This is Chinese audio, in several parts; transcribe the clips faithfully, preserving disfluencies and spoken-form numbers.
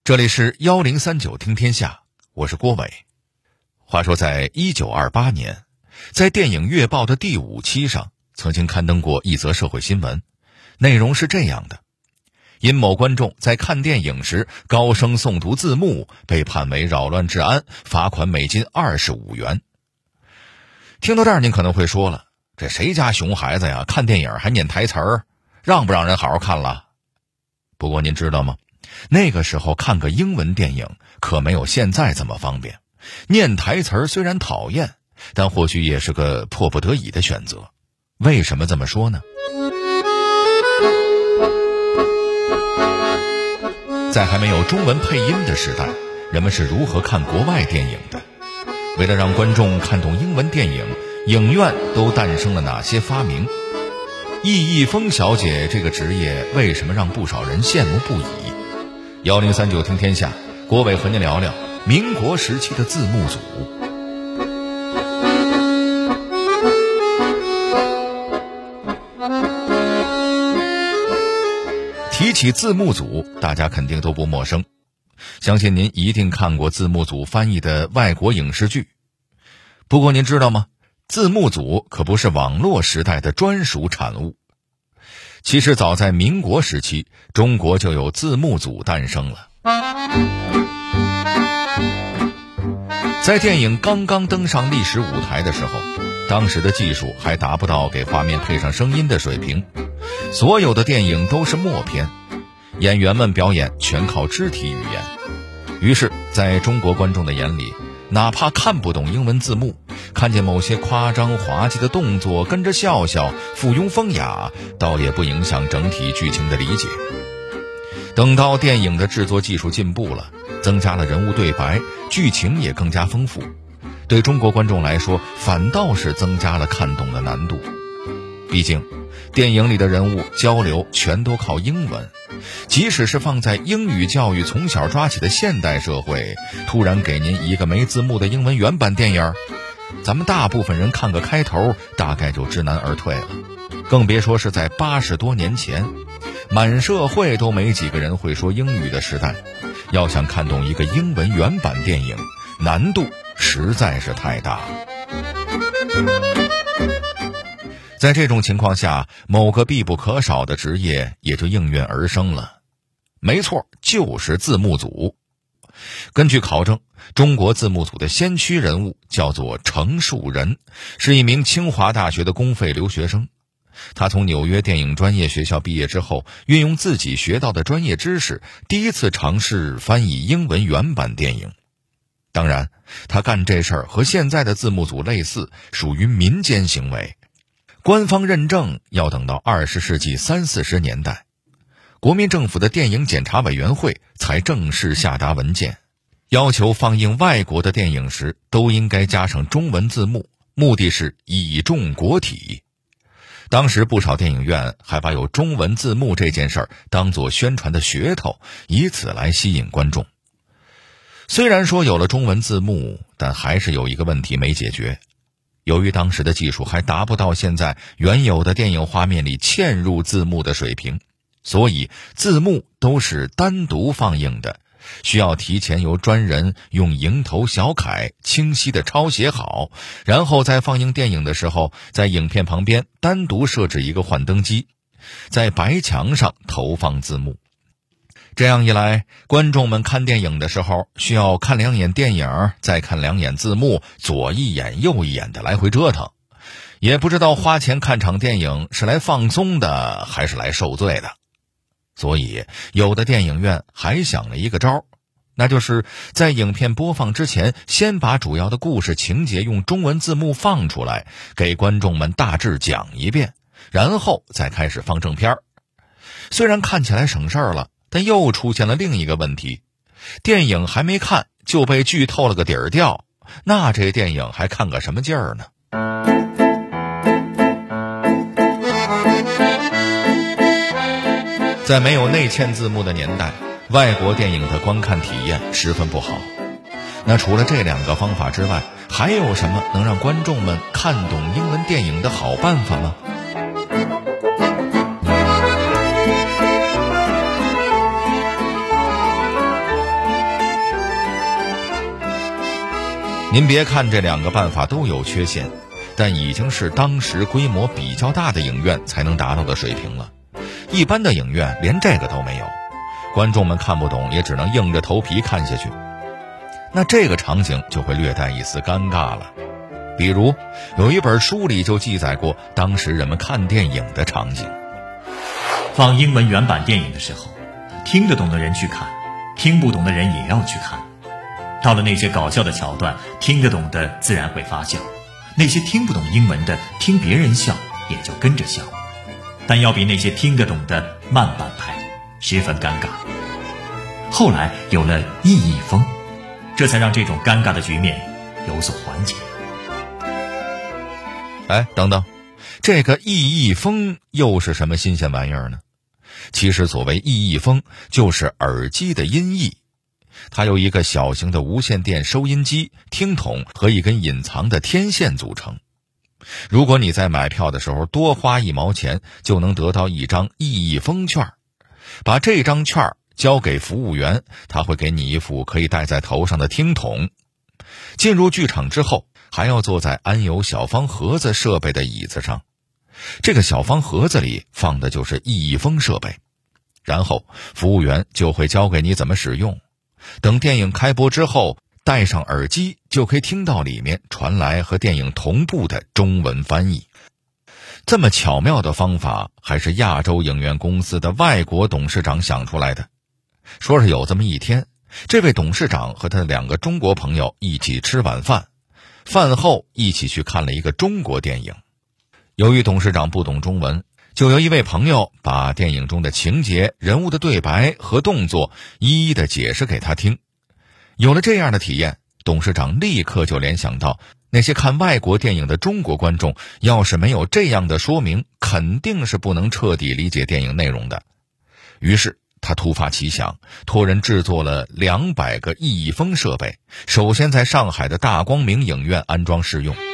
这里是一零三九听天下，我是郭伟。话说在一九二八年，在电影月报的第五期上曾经刊登过一则社会新闻，内容是这样的：因某观众在看电影时高声诵读字幕，被判为扰乱治安，罚款美金二十五元。听到这儿您可能会说了，这谁家熊孩子呀，看电影还念台词儿，让不让人好好看了？不过您知道吗，那个时候看个英文电影可没有现在这么方便，念台词儿虽然讨厌，但或许也是个迫不得已的选择。为什么这么说呢？在还没有中文配音的时代，人们是如何看国外电影的？为了让观众看懂英文电影，影院都诞生了哪些发明？易一峰小姐这个职业为什么让不少人羡慕不已？一零三九听天下，郭伟和您聊聊民国时期的字幕组。提起字幕组，大家肯定都不陌生，相信您一定看过字幕组翻译的外国影视剧。不过您知道吗？字幕组可不是网络时代的专属产物。其实早在民国时期，中国就有字幕组诞生了。在电影刚刚登上历史舞台的时候，当时的技术还达不到给画面配上声音的水平，所有的电影都是默片，演员们表演全靠肢体语言。于是在中国观众的眼里，哪怕看不懂英文字幕，看见某些夸张滑稽的动作，跟着笑笑，附庸风雅，倒也不影响整体剧情的理解。等到电影的制作技术进步了，增加了人物对白，剧情也更加丰富，对中国观众来说反倒是增加了看懂的难度。毕竟电影里的人物交流全都靠英文，即使是放在英语教育从小抓起的现代社会，突然给您一个没字幕的英文原版电影，咱们大部分人看个开头大概就知难而退了。更别说是在八十多年前，满社会都没几个人会说英语的时代，要想看懂一个英文原版电影，难度实在是太大了。在这种情况下，某个必不可少的职业也就应运而生了。没错，就是字幕组。根据考证，中国字幕组的先驱人物叫做程树人，是一名清华大学的公费留学生。他从纽约电影专业学校毕业之后，运用自己学到的专业知识，第一次尝试翻译英文原版电影。当然，他干这事儿和现在的字幕组类似，属于民间行为。官方认证要等到二十世纪三四十年代，国民政府的电影检查委员会才正式下达文件，要求放映外国的电影时都应该加上中文字幕，目的是以重国体。当时不少电影院还把有中文字幕这件事儿当作宣传的噱头，以此来吸引观众。虽然说有了中文字幕，但还是有一个问题没解决。由于当时的技术还达不到现在原有的电影画面里嵌入字幕的水平，所以字幕都是单独放映的，需要提前由专人用蝇头小楷清晰地抄写好，然后在放映电影的时候，在影片旁边单独设置一个幻灯机，在白墙上投放字幕。这样一来，观众们看电影的时候需要看两眼电影，再看两眼字幕，左一眼右一眼的来回折腾，也不知道花钱看场电影是来放松的还是来受罪的。所以有的电影院还想了一个招，那就是在影片播放之前，先把主要的故事情节用中文字幕放出来，给观众们大致讲一遍，然后再开始放正片。虽然看起来省事儿了，但又出现了另一个问题，电影还没看就被剧透了个底儿掉，那这电影还看个什么劲儿呢？在没有内嵌字幕的年代，外国电影的观看体验十分不好。那除了这两个方法之外，还有什么能让观众们看懂英文电影的好办法吗？ 您别看这两个办法都有缺陷，但已经是当时规模比较大的影院才能达到的水平了。一般的影院连这个都没有，观众们看不懂也只能硬着头皮看下去。那这个场景就会略带一丝尴尬了。比如有一本书里就记载过当时人们看电影的场景。 放英文原版电影的时候，听得懂的人去看，听不懂的人也要去看。到了那些搞笑的桥段，听得懂的自然会发笑，那些听不懂英文的听别人笑也就跟着笑，但要比那些听得懂的慢半拍，十分尴尬。后来有了意译风，这才让这种尴尬的局面有所缓解。 哎，等等，这个意译风又是什么新鲜玩意儿呢？其实所谓意译风就是耳机的音译，它由一个小型的无线电收音机、听筒和一根隐藏的天线组成。如果你在买票的时候多花一毛钱，就能得到一张意译风券，把这张券交给服务员，他会给你一副可以戴在头上的听筒。进入剧场之后，还要坐在安有小方盒子设备的椅子上，这个小方盒子里放的就是意译风设备，然后服务员就会教给你怎么使用。等电影开播之后，戴上耳机就可以听到里面传来和电影同步的中文翻译。这么巧妙的方法还是亚洲影院公司的外国董事长想出来的。说是有这么一天，这位董事长和他的两个中国朋友一起吃晚饭，饭后一起去看了一个中国电影。由于董事长不懂中文，就由一位朋友把电影中的情节、人物的对白和动作一一的解释给他听。有了这样的体验，董事长立刻就联想到，那些看外国电影的中国观众要是没有这样的说明，肯定是不能彻底理解电影内容的。于是他突发奇想，托人制作了两百个意译风设备，首先在上海的大光明影院安装试用。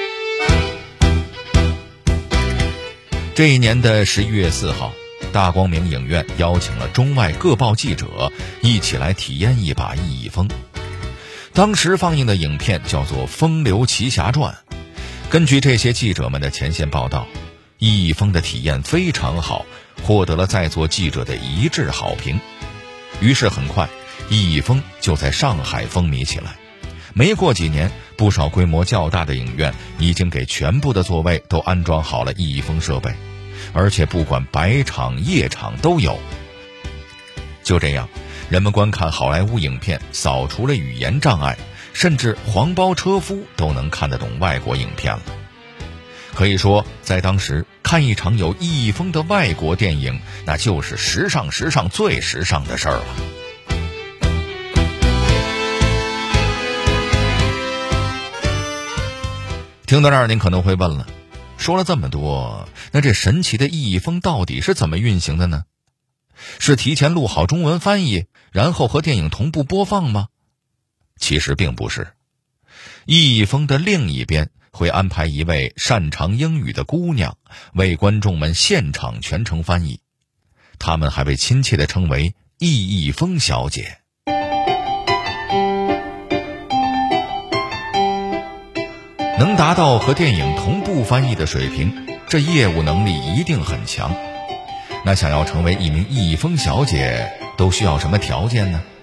这一年的十一月四号，大光明影院邀请了中外各报记者一起来体验一把意译风。当时放映的影片叫做《风流奇侠传》。根据这些记者们的前线报道，意译风的体验非常好，获得了在座记者的一致好评。于是很快，意译风就在上海风靡起来。没过几年，不少规模较大的影院已经给全部的座位都安装好了意译风设备，而且不管白场夜场都有。就这样，人们观看好莱坞影片扫除了语言障碍，甚至黄包车夫都能看得懂外国影片了。可以说，在当时看一场有意译风的外国电影，那就是时尚时尚最时尚的事儿了。听到这儿，您可能会问了，说了这么多，那这神奇的意译风到底是怎么运行的呢？是提前录好中文翻译，然后和电影同步播放吗？其实并不是。意译风的另一边会安排一位擅长英语的姑娘为观众们现场全程翻译，他们还被亲切地称为意译风小姐。能达到和电影同步翻译的水平，这业务能力一定很强。那想要成为一名意译风小姐，都需要什么条件呢？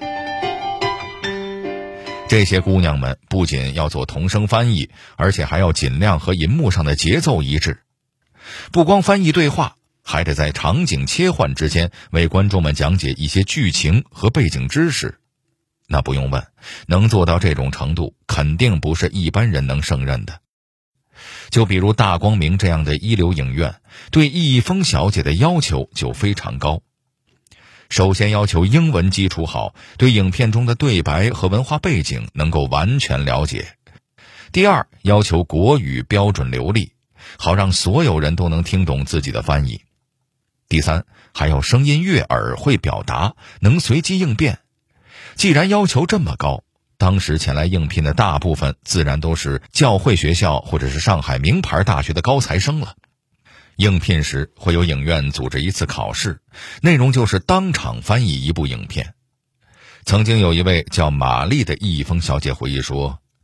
这些姑娘们不仅要做同声翻译，而且还要尽量和银幕上的节奏一致。不光翻译对话，还得在场景切换之间为观众们讲解一些剧情和背景知识。那不用问，能做到这种程度，肯定不是一般人能胜任的。就比如大光明这样的一流影院，对意译风小姐的要求就非常高。首先要求英文基础好，对影片中的对白和文化背景能够完全了解。第二，要求国语标准流利，好让所有人都能听懂自己的翻译。第三，还要声音悦耳，会表达，能随机应变。既然要求这么高，当时前来应聘的大部分自然都是教会学校或者是上海名牌大学的高材生了。应聘时会有影院组织一次考试，内容就是当场翻译一部影片。曾经有一位叫玛丽的意译风小姐回忆说，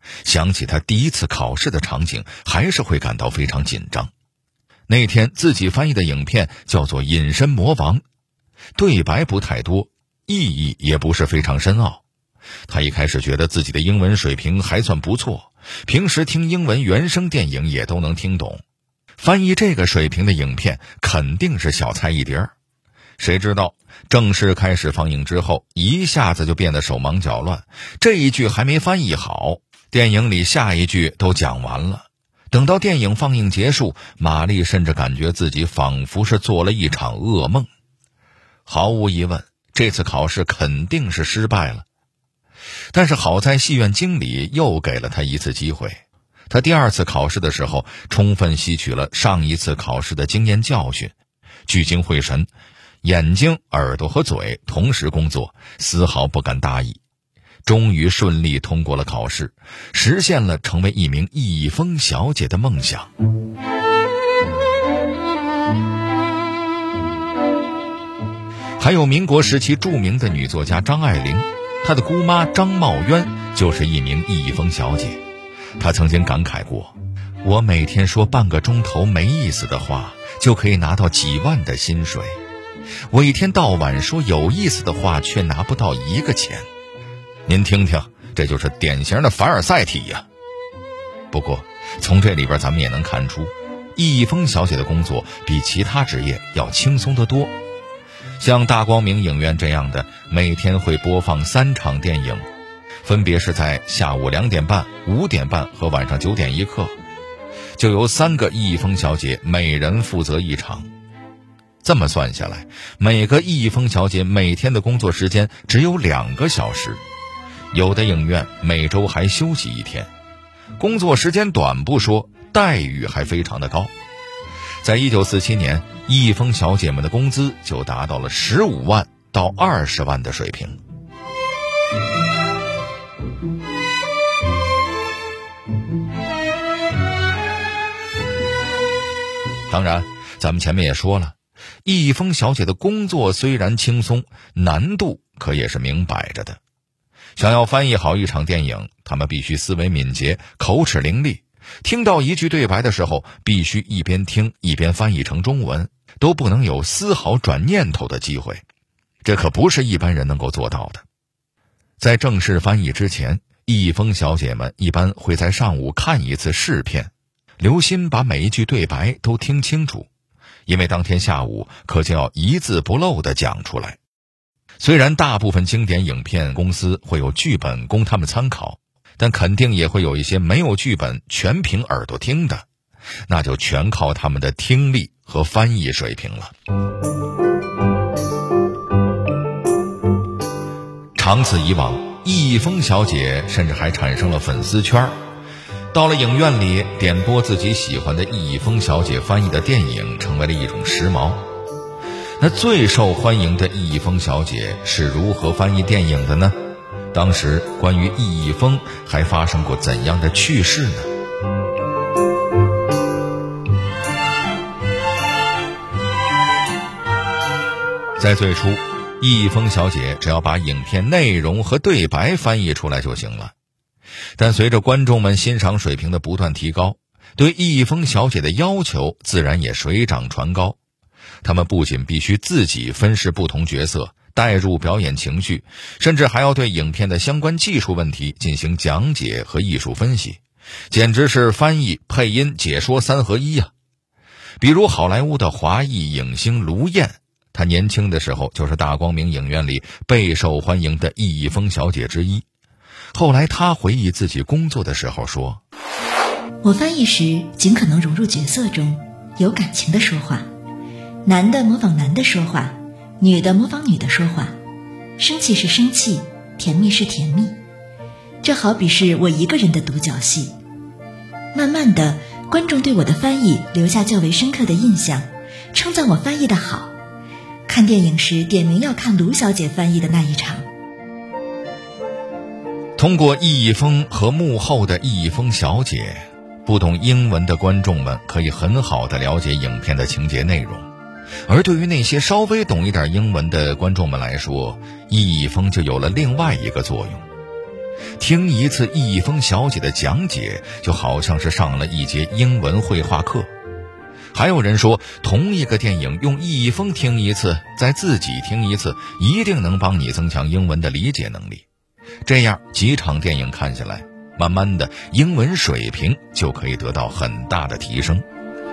想起他第一次考试的场景，还是会感到非常紧张。那天自己翻译的影片叫做《隐身魔王》，对白不太多，意义也不是非常深奥。他一开始觉得自己的英文水平还算不错，平时听英文原声电影也都能听懂，翻译这个水平的影片肯定是小菜一碟。谁知道正式开始放映之后，一下子就变得手忙脚乱，这一句还没翻译好，电影里下一句都讲完了。等到电影放映结束，玛丽甚至感觉自己仿佛是做了一场噩梦。毫无疑问，这次考试肯定是失败了。但是好在戏院经理又给了他一次机会，他第二次考试的时候充分吸取了上一次考试的经验教训，聚精会神，眼睛、耳朵和嘴同时工作，丝毫不敢大意，终于顺利通过了考试，实现了成为一名易风小姐的梦想。还有民国时期著名的女作家张爱玲，她的姑妈张茂渊就是一名易风小姐。她曾经感慨过，我每天说半个钟头没意思的话，就可以拿到几万的薪水，我一天到晚说有意思的话，却拿不到一个钱。您听听，这就是典型的凡尔赛体呀。不过从这里边咱们也能看出，易风小姐的工作比其他职业要轻松得多。像大光明影院这样的，每天会播放三场电影，分别是在下午两点半、五点半和晚上九点一刻，就由三个易风小姐每人负责一场。这么算下来，每个易风小姐每天的工作时间只有两个小时，有的影院每周还休息一天。工作时间短不说，待遇还非常的高。在一九四七年，易风小姐们的工资就达到了十五万到二十万的水平。当然，咱们前面也说了，易风小姐的工作虽然轻松，难度可也是明摆着的。想要翻译好一场电影，他们必须思维敏捷，口齿伶俐，听到一句对白的时候，必须一边听一边翻译成中文，都不能有丝毫转念头的机会，这可不是一般人能够做到的。在正式翻译之前，易风小姐们一般会在上午看一次试片，留心把每一句对白都听清楚，因为当天下午可就要一字不漏地讲出来。虽然大部分经典影片公司会有剧本供他们参考，但肯定也会有一些没有剧本全凭耳朵听的，那就全靠他们的听力和翻译水平了。长此以往，易风小姐甚至还产生了粉丝圈，到了影院里点播自己喜欢的易风小姐翻译的电影成为了一种时髦。那最受欢迎的易风小姐是如何翻译电影的呢？当时关于易风还发生过怎样的趣事呢？在最初，易风小姐只要把影片内容和对白翻译出来就行了。但随着观众们欣赏水平的不断提高，对易风小姐的要求自然也水涨船高。他们不仅必须自己分饰不同角色，带入表演情绪，甚至还要对影片的相关技术问题进行讲解和艺术分析，简直是翻译、配音、解说三合一啊！比如好莱坞的华裔影星卢燕，她年轻的时候就是大光明影院里备受欢迎的易风小姐之一。后来她回忆自己工作的时候说， 我翻译时尽可能融入角色中，有感情的说话，男的模仿男的说话，女的模仿女的说话，生气是生气，甜蜜是甜蜜，这好比是我一个人的独角戏。慢慢的，观众对我的翻译留下较为深刻的印象，称赞我翻译的好。看电影时点名要看卢小姐翻译的那一场。 通过易风和幕后的易风小姐，不懂英文的观众们可以很好地了解影片的情节内容。而对于那些稍微懂一点英文的观众们来说，易风就有了另外一个作用。 听一次易峰小姐的讲解，就好像是上了一节英文绘画课。还有人说，同一个电影用易峰听一次，再自己听一次，一定能帮你增强英文的理解能力。这样几场电影看下来，慢慢的英文水平就可以得到很大的提升。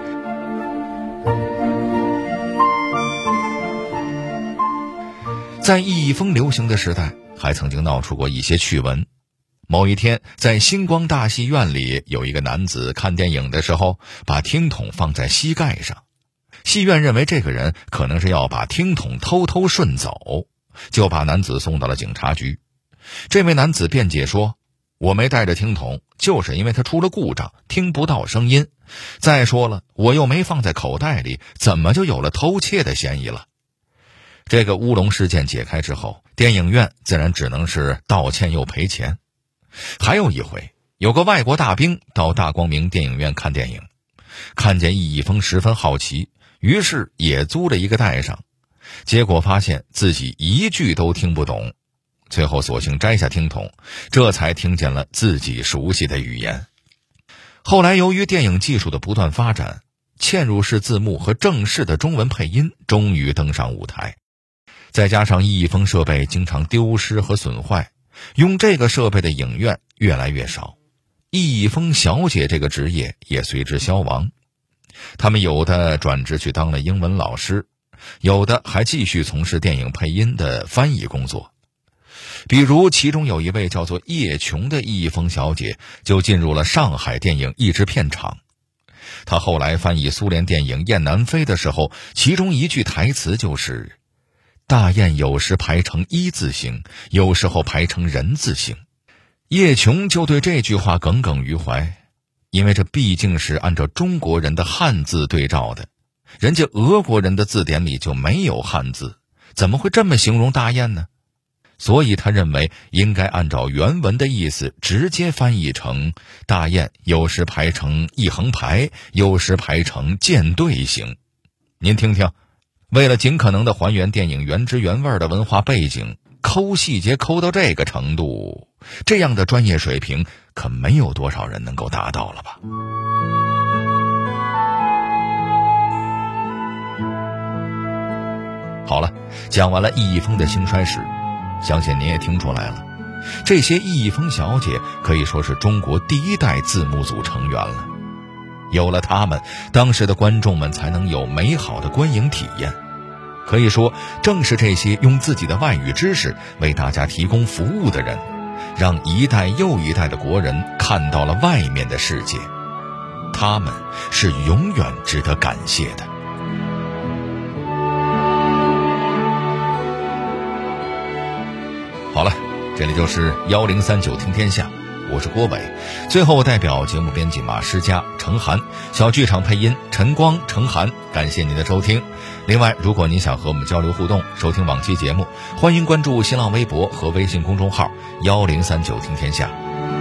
在易峰流行的时代，还曾经闹出过一些趣闻。某一天，在星光大戏院里，有一个男子看电影的时候，把听筒放在膝盖上。戏院认为这个人可能是要把听筒偷偷顺走，就把男子送到了警察局。这位男子辩解说，我没带着听筒，就是因为它出了故障，听不到声音。再说了，我又没放在口袋里，怎么就有了偷窃的嫌疑了？这个乌龙事件解开之后，电影院自然只能是道歉又赔钱。还有一回，有个外国大兵到大光明电影院看电影，看见易峰十分好奇，于是也租了一个带上，结果发现自己一句都听不懂，最后索性摘下听筒，这才听见了自己熟悉的语言。后来由于电影技术的不断发展，嵌入式字幕和正式的中文配音终于登上舞台，再加上易峰设备经常丢失和损坏，用这个设备的影院越来越少，易峰小姐这个职业也随之消亡。他们有的转职去当了英文老师，有的还继续从事电影配音的翻译工作。比如其中有一位叫做叶琼的易峰小姐，就进入了上海电影译制片厂。她后来翻译苏联电影《雁南飞》的时候，其中一句台词就是大雁有时排成一字形，有时候排成人字形。叶琼就对这句话耿耿于怀，因为这毕竟是按照中国人的汉字对照的，人家俄国人的字典里就没有汉字，怎么会这么形容大雁呢？所以他认为应该按照原文的意思直接翻译成大雁有时排成一横排，有时排成舰队形。您听听，为了尽可能的还原电影原汁原味的文化背景，抠细节抠到这个程度，这样的专业水平可没有多少人能够达到了吧。好了，讲完了易峰的兴衰史，相信您也听出来了，这些易峰小姐可以说是中国第一代字幕组成员了。有了他们，当时的观众们才能有美好的观影体验。可以说，正是这些用自己的外语知识为大家提供服务的人，让一代又一代的国人看到了外面的世界。他们是永远值得感谢的。好了，这里就是一零三九听天下，我是郭伟。最后代表节目编辑马诗佳、程涵，小剧场配音陈光、程涵，感谢您的收听。另外，如果您想和我们交流互动，收听往期节目，欢迎关注新浪微博和微信公众号一零三九听天下。